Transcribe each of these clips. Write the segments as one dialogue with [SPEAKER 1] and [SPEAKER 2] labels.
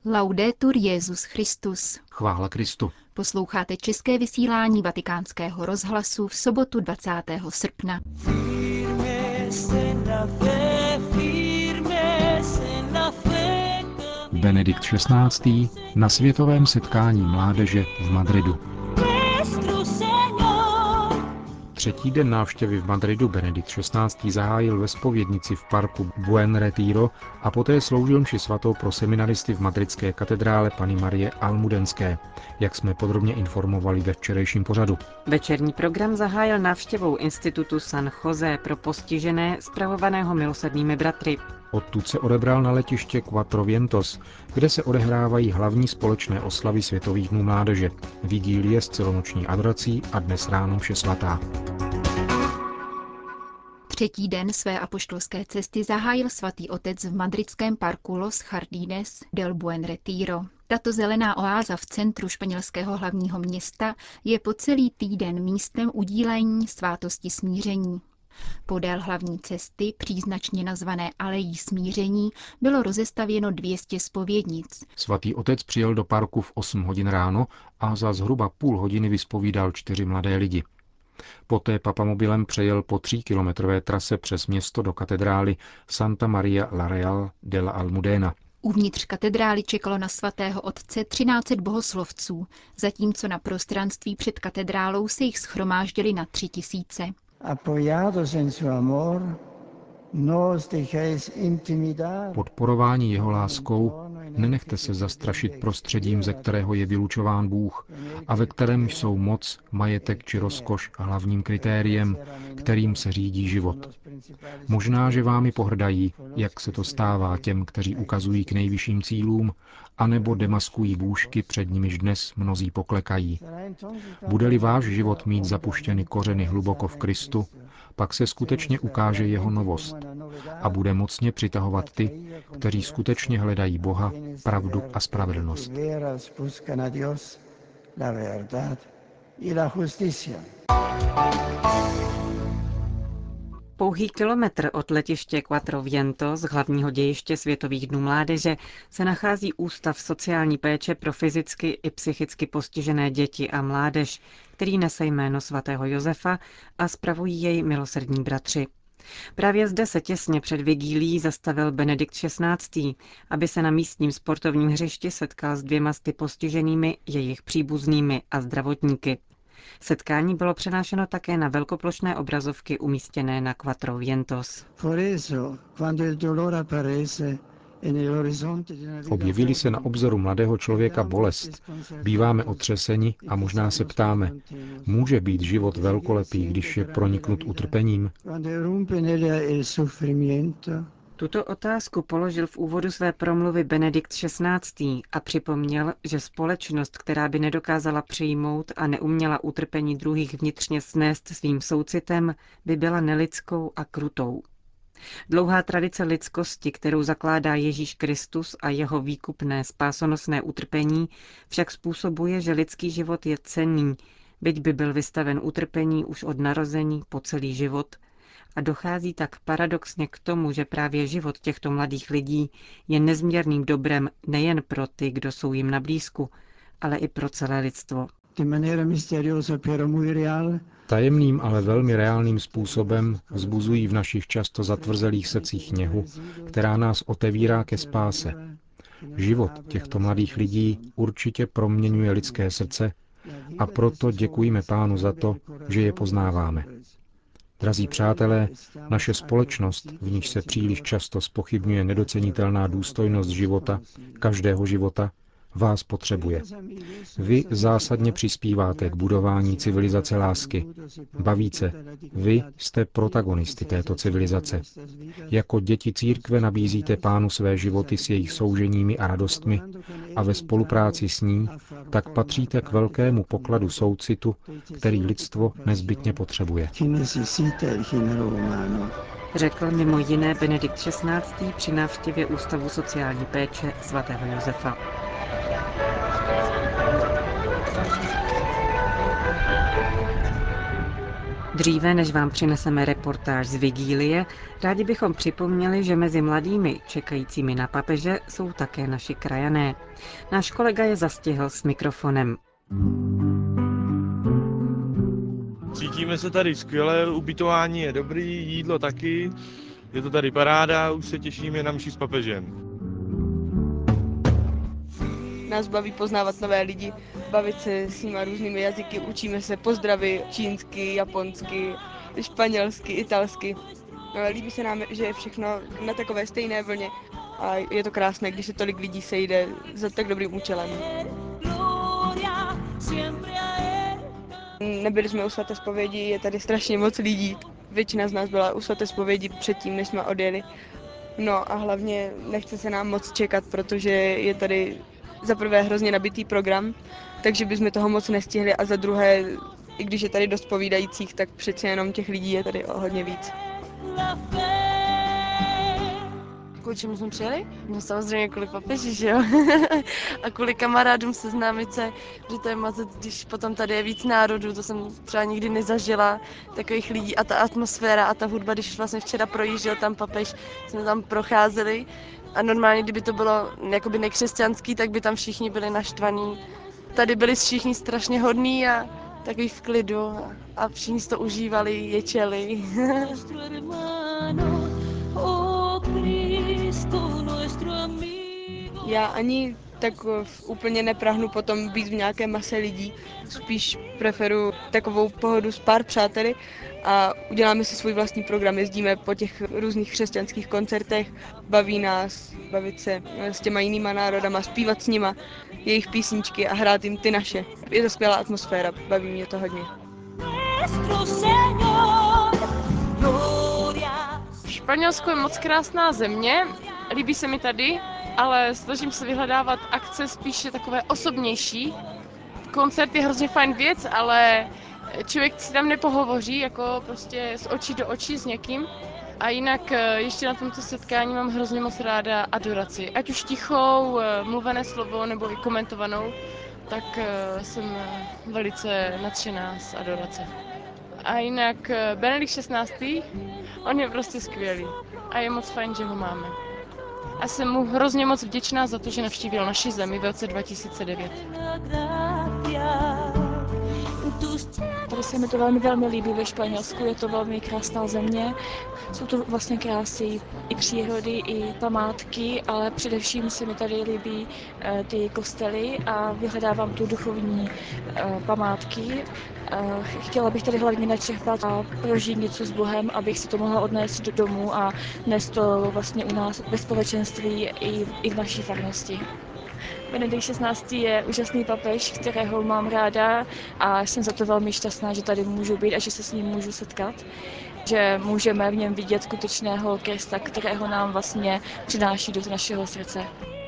[SPEAKER 1] Laudetur Jesus Christus.
[SPEAKER 2] Chvála Kristu.
[SPEAKER 1] Posloucháte české vysílání Vatikánského rozhlasu v sobotu 20. srpna.
[SPEAKER 2] Benedikt XVI. Na světovém setkání mládeže v Madridu. Třetí den návštěvy v Madridu Benedikt XVI. Zahájil ve zpovědnici v parku Buen Retiro a poté sloužil mši svatou pro seminaristy v madridské katedrále Panny Marie Almudenské, jak jsme podrobně informovali ve včerejším pořadu.
[SPEAKER 3] Večerní program zahájil návštěvou institutu San José pro postižené, spravovaného Milosrdnými bratry.
[SPEAKER 2] Odtud se odebral na letiště Quattro Vientos, kde se odehrávají hlavní společné oslavy Světových dnů mládeže, vigílie s celonoční adorací a dnes ráno mše svatá.
[SPEAKER 1] Třetí den své apoštolské cesty zahájil svatý otec v madridském parku Los Jardines del Buen Retiro. Tato zelená oáza v centru španělského hlavního města je po celý týden místem udílení svátosti smíření. Podél hlavní cesty, příznačně nazvané Alejí smíření, bylo rozestavěno 200 zpovědnic.
[SPEAKER 2] Svatý otec přijel do parku v 8 hodin ráno a za zhruba půl hodiny vyspovídal 4 mladé lidi. Poté papamobilem přejel po 3kilometrové trase přes město do katedrály Santa Maria la Real de la Almudena.
[SPEAKER 1] Uvnitř katedrály čekalo na svatého otce 1300 bohoslovců, zatímco na prostranství před katedrálou se jich shromáždili na 3000.
[SPEAKER 2] Podporování jeho láskou, nenechte se zastrašit prostředím, ze kterého je vylučován Bůh a ve kterém jsou moc, majetek či rozkoš hlavním kritériem, kterým se řídí život. Možná, že vámi pohrdají, jak se to stává těm, kteří ukazují k nejvyšším cílům, anebo demaskují bůžky, před nimiž dnes mnozí poklekají. Bude-li váš život mít zapuštěny kořeny hluboko v Kristu, pak se skutečně ukáže jeho novost a bude mocně přitahovat ty, kteří skutečně hledají Boha, pravdu a spravedlnost.
[SPEAKER 3] Pouhý kilometr od letiště Quattro Vientos, hlavního dějiště Světových dnů mládeže, se nachází ústav sociální péče pro fyzicky i psychicky postižené děti a mládež, který nese jméno svatého Josefa a spravují jej Milosrdní bratři. Právě zde se těsně před vigílií zastavil Benedikt XVI., aby se na místním sportovním hřišti setkal s 200 postiženými, jejich příbuznými a zdravotníky. Setkání bylo přenášeno také na velkoplošné obrazovky umístěné na Quattro Vientos.
[SPEAKER 2] Objeví-li se na obzoru mladého člověka bolest, býváme otřeseni a možná se ptáme, může být život velkolepý, když je proniknut utrpením?
[SPEAKER 3] Tuto otázku položil v úvodu své promluvy Benedikt XVI. A připomněl, že společnost, která by nedokázala přijmout a neuměla utrpení druhých vnitřně snést svým soucitem, by byla nelidskou a krutou. Dlouhá tradice lidskosti, kterou zakládá Ježíš Kristus a jeho výkupné spásonosné utrpení, však způsobuje, že lidský život je cenný, byť by byl vystaven utrpení už od narození po celý život, a dochází tak paradoxně k tomu, že právě život těchto mladých lidí je nezměrným dobrem nejen pro ty, kdo jsou jim na blízku, ale i pro celé lidstvo.
[SPEAKER 2] Tajemným, ale velmi reálným způsobem vzbuzují v našich často zatvrzelých srdcích něhu, která nás otevírá ke spáse. Život těchto mladých lidí určitě proměňuje lidské srdce a proto děkujeme Pánu za to, že je poznáváme. Drazí přátelé, naše společnost, v níž se příliš často zpochybňuje nedocenitelná důstojnost života, každého života, vás potřebuje. Vy zásadně přispíváte k budování civilizace lásky. Bavíce, vy jste protagonisty této civilizace. Jako děti církve nabízíte Pánu své životy s jejich souženími a radostmi a ve spolupráci s ní tak patříte k velkému pokladu soucitu, který lidstvo nezbytně potřebuje.
[SPEAKER 3] Řekl mimo jiné Benedikt XVI. Při návštěvě Ústavu sociální péče svatého Josefa. Dříve, než vám přineseme reportáž z vigílie, rádi bychom připomněli, že mezi mladými, čekajícími na papeže, jsou také naši krajané. Náš kolega je zastihl s mikrofonem.
[SPEAKER 4] Cítíme se tady skvěle, ubytování je dobrý, jídlo taky, je to tady paráda, už se těšíme na mši s papežem.
[SPEAKER 5] Nás baví poznávat nové lidi, bavit se s nimi různými jazyky, učíme se pozdravy čínsky, japonsky, španělsky, italsky. Líbí se nám, že je všechno na takové stejné vlně a je to krásné, když se tolik lidí sejde za tak dobrým účelem. Nebyli jsme u svaté zpovědi, je tady strašně moc lidí. Většina z nás byla u svaté zpovědi předtím, než jsme odjeli. No a hlavně nechce se nám moc čekat, protože je tady za prvé hrozně nabitý program, takže bychom toho moc nestihli a za druhé, i když je tady dost povídajících, tak přece jenom těch lidí je tady o hodně víc.
[SPEAKER 6] Kvůli čemu jsme přijeli? No samozřejmě kvůli papeži, že jo? A kvůli kamarádům seznámit se, že to je mazec, když potom tady je víc národů, to jsem třeba nikdy nezažila, takových lidí a ta atmosféra a ta hudba, když vlastně včera projížděl tam papež, jsme tam procházeli a normálně, kdyby to bylo jakoby nekřesťanský, tak by tam všichni byli naštvaní. Tady byli všichni strašně hodní a takový v klidu a všichni si to užívali, ječeli.
[SPEAKER 5] Já ani tak úplně neprahnu potom být v nějaké mase lidí, spíš preferuji takovou pohodu s pár přáteli a uděláme si svůj vlastní program, jezdíme po těch různých křesťanských koncertech, baví nás bavit se s těma jinýma národama, zpívat s nima jejich písničky a hrát jim ty naše. Je to skvělá atmosféra, baví mě to hodně.
[SPEAKER 6] Španělsko je moc krásná země, líbí se mi tady, ale snažím se vyhledávat akce spíše takové osobnější. Koncert je hrozně fajn věc, ale člověk si tam nepohovoří, jako prostě z očí do očí s někým. A jinak ještě na tomto setkání mám hrozně moc ráda adoraci. Ať už tichou, mluvené slovo nebo i komentovanou, tak jsem velice nadšená z adorace. A jinak Benedikt 16. On je prostě skvělý a je moc fajn, že ho máme. A jsem mu hrozně moc vděčná za to, že navštívil naši zemi v roce 2009.
[SPEAKER 7] Tady se mi to velmi líbí ve Španělsku, je to velmi krásná země. Jsou to vlastně krásy i přírody, i památky, ale především se mi tady líbí ty kostely a vyhledávám tu duchovní památky. Chtěla bych tady hlavně načerpat a prožít něco s Bohem, abych si to mohla odnést do domu a nést to vlastně u nás ve společenství i v naší farnosti. Benedikt 16. je úžasný papež, kterého mám ráda a jsem za to velmi šťastná, že tady můžu být a že se s ním můžu setkat. Že můžeme v něm vidět skutečného Krista, kterého nám vlastně přináší do našeho srdce.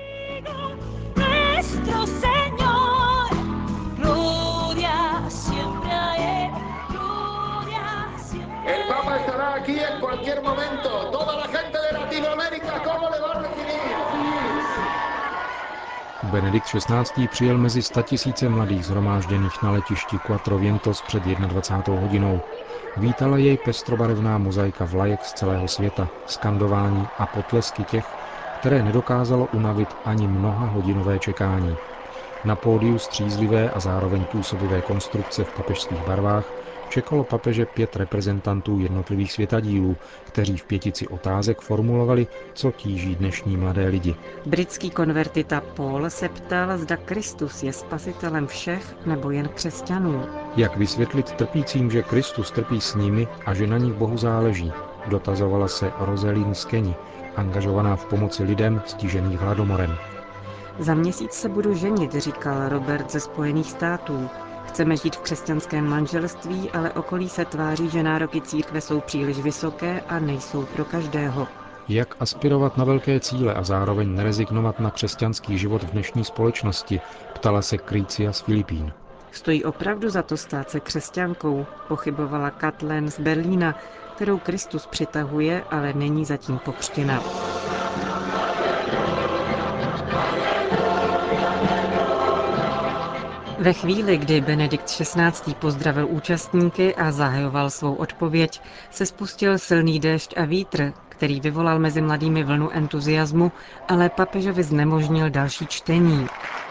[SPEAKER 8] El Papa estará aquí en cualquier momento. Toda la gente de Latinoamérica, ¿cómo le va a recibir?
[SPEAKER 2] Benedikt XVI. Přijel mezi 100 000 mladých shromážděných na letišti Quattro Vientos před 21. hodinou. Vítala jej pestrobarevná mozaika vlajek z celého světa, skandování a potlesky těch, které nedokázalo unavit ani mnohahodinové čekání. Na pódiu střízlivé a zároveň působivé konstrukce v papežských barvách čekalo papeže 5 reprezentantů jednotlivých světadílů, kteří v 5 otázek formulovali, co tíží dnešní mladé lidi.
[SPEAKER 3] Britský konvertita Paul se ptal, zda Kristus je spasitelem všech nebo jen křesťanů.
[SPEAKER 2] Jak vysvětlit trpícím, že Kristus trpí s nimi a že na nich Bohu záleží, dotazovala se Rosalind z Keni, angažovaná v pomoci lidem stižených hladomorem.
[SPEAKER 3] Za měsíc se budu ženit, říkal Robert ze Spojených států. Chceme žít v křesťanském manželství, ale okolí se tváří, že nároky církve jsou příliš vysoké a nejsou pro každého.
[SPEAKER 2] Jak aspirovat na velké cíle a zároveň nerezignovat na křesťanský život v dnešní společnosti, ptala se Krycia z Filipín.
[SPEAKER 3] Stojí opravdu za to stát se křesťankou, pochybovala Kathleen z Berlína, kterou Kristus přitahuje, ale není zatím pokřtěna. Ve chvíli, kdy Benedikt XVI. Pozdravil účastníky a zahajoval svou odpověď, se spustil silný déšť a vítr, který vyvolal mezi mladými vlnu entuziasmu, ale papežovi znemožnil další čtení.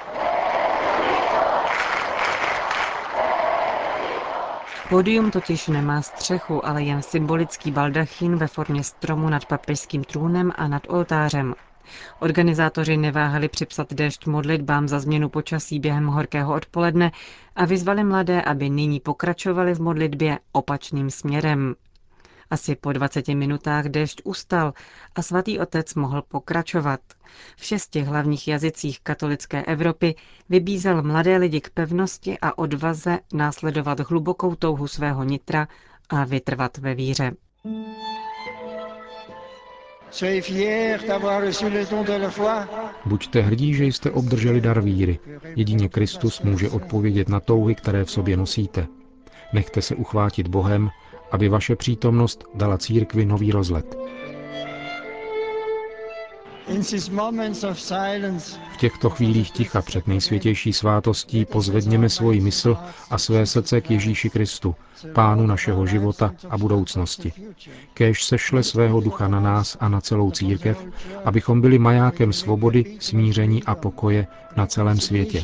[SPEAKER 3] Pódium totiž nemá střechu, ale jen symbolický baldachín ve formě stromu nad papežským trůnem a nad oltářem. Organizátoři neváhali připsat déšť modlitbám za změnu počasí během horkého odpoledne a vyzvali mladé, aby nyní pokračovali v modlitbě opačným směrem. Asi po 20 minutách déšť ustal a svatý otec mohl pokračovat. V 6 hlavních jazycích katolické Evropy vybízel mladé lidi k pevnosti a odvaze následovat hlubokou touhu svého nitra a vytrvat ve víře.
[SPEAKER 2] Buďte hrdí, že jste obdrželi dar víry. Jedině Kristus může odpovědět na touhy, které v sobě nosíte. Nechte se uchvátit Bohem, aby vaše přítomnost dala církvi nový rozlet. V těchto chvílích ticha před nejsvětější svátostí pozvedněme svoji mysl a své srdce k Ježíši Kristu, Pánu našeho života a budoucnosti. Kéž sešle svého ducha na nás a na celou církev, abychom byli majákem svobody, smíření a pokoje na celém světě.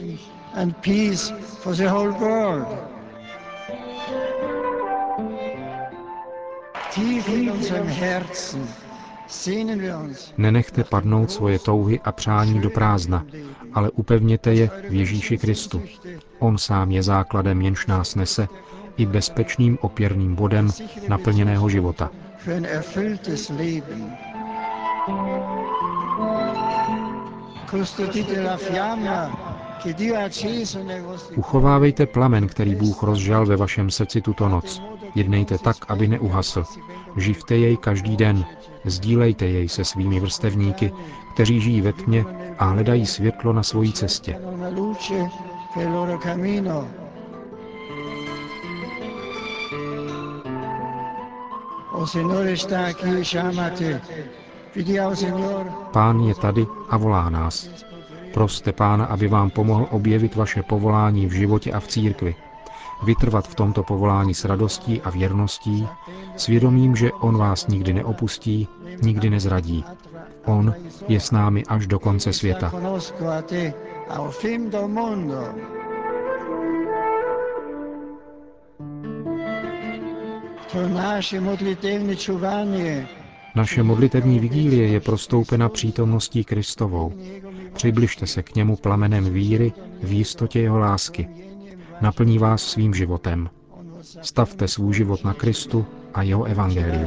[SPEAKER 2] Nenechte padnout svoje touhy a přání do prázdna, ale upevněte je v Ježíši Kristu. On sám je základem, jenž nás nese, i bezpečným opěrným bodem naplněného života. Uchovávejte plamen, který Bůh rozžal ve vašem srdci tuto noc. Jednejte tak, aby neuhasl. Živte jej každý den. Sdílejte jej se svými vrstevníky, kteří žijí ve tmě a hledají světlo na svojí cestě. Pán je tady a volá nás. Proste Pána, aby vám pomohl objevit vaše povolání v životě a v církvi. Vytrvat v tomto povolání s radostí a věrností, svědomím, že On vás nikdy neopustí, nikdy nezradí. On je s námi až do konce světa. Naše modlitevní vigílie je prostoupena přítomností Kristovou. Přibližte se k němu plamenem víry v jistotě jeho lásky. Naplní vás svým životem. Stavte svůj život na Kristu a jeho evangeliu.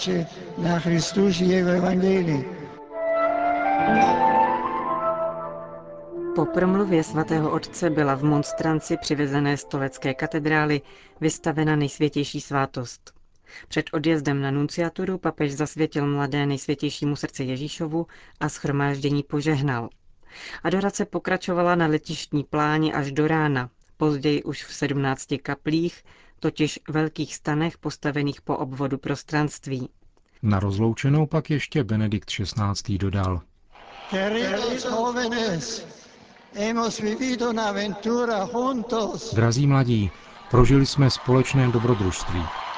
[SPEAKER 3] Po promluvě svatého otce byla v monstranci přivezené stolecké katedrály vystavena nejsvětější svátost. Před odjezdem na nunciaturu papež zasvětil mladé nejsvětějšímu srdci Ježíšovu a shromáždění požehnal. Adorace pokračovala na letištní pláni až do rána, později už v 17 kaplích, totiž velkých stanech postavených po obvodu prostranství.
[SPEAKER 2] Na rozloučenou pak ještě Benedikt XVI. Dodal: Drazí mladí, prožili jsme společné dobrodružství.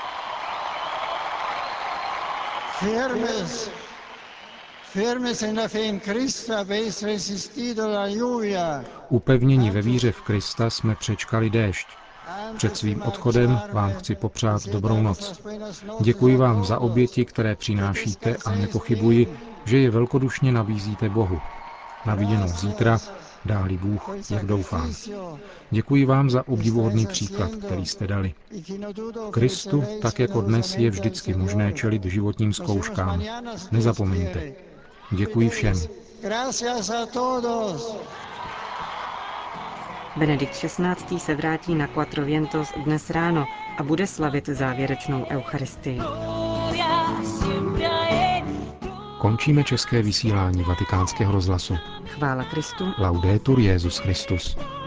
[SPEAKER 2] Upevněni ve víře v Krista jsme přečkali déšť. Před svým odchodem vám chci popřát dobrou noc. Děkuji vám za oběti, které přinášíte a nepochybuji, že je velkodušně nabízíte Bohu. Na viděnou zítra, dá-li Bůh, jak doufám. Děkuji vám za obdivuhodný příklad, který jste dali. Kristu, tak jako dnes, je vždycky možné čelit životním zkouškám. Nezapomeňte. Děkuji všem.
[SPEAKER 3] Benedikt XVI. Se vrátí na Quattro Vientos dnes ráno a bude slavit závěrečnou eucharistii.
[SPEAKER 2] Končíme české vysílání Vatikánského rozhlasu.
[SPEAKER 3] Chvála Kristu.
[SPEAKER 2] Laudetur Jesus Christus.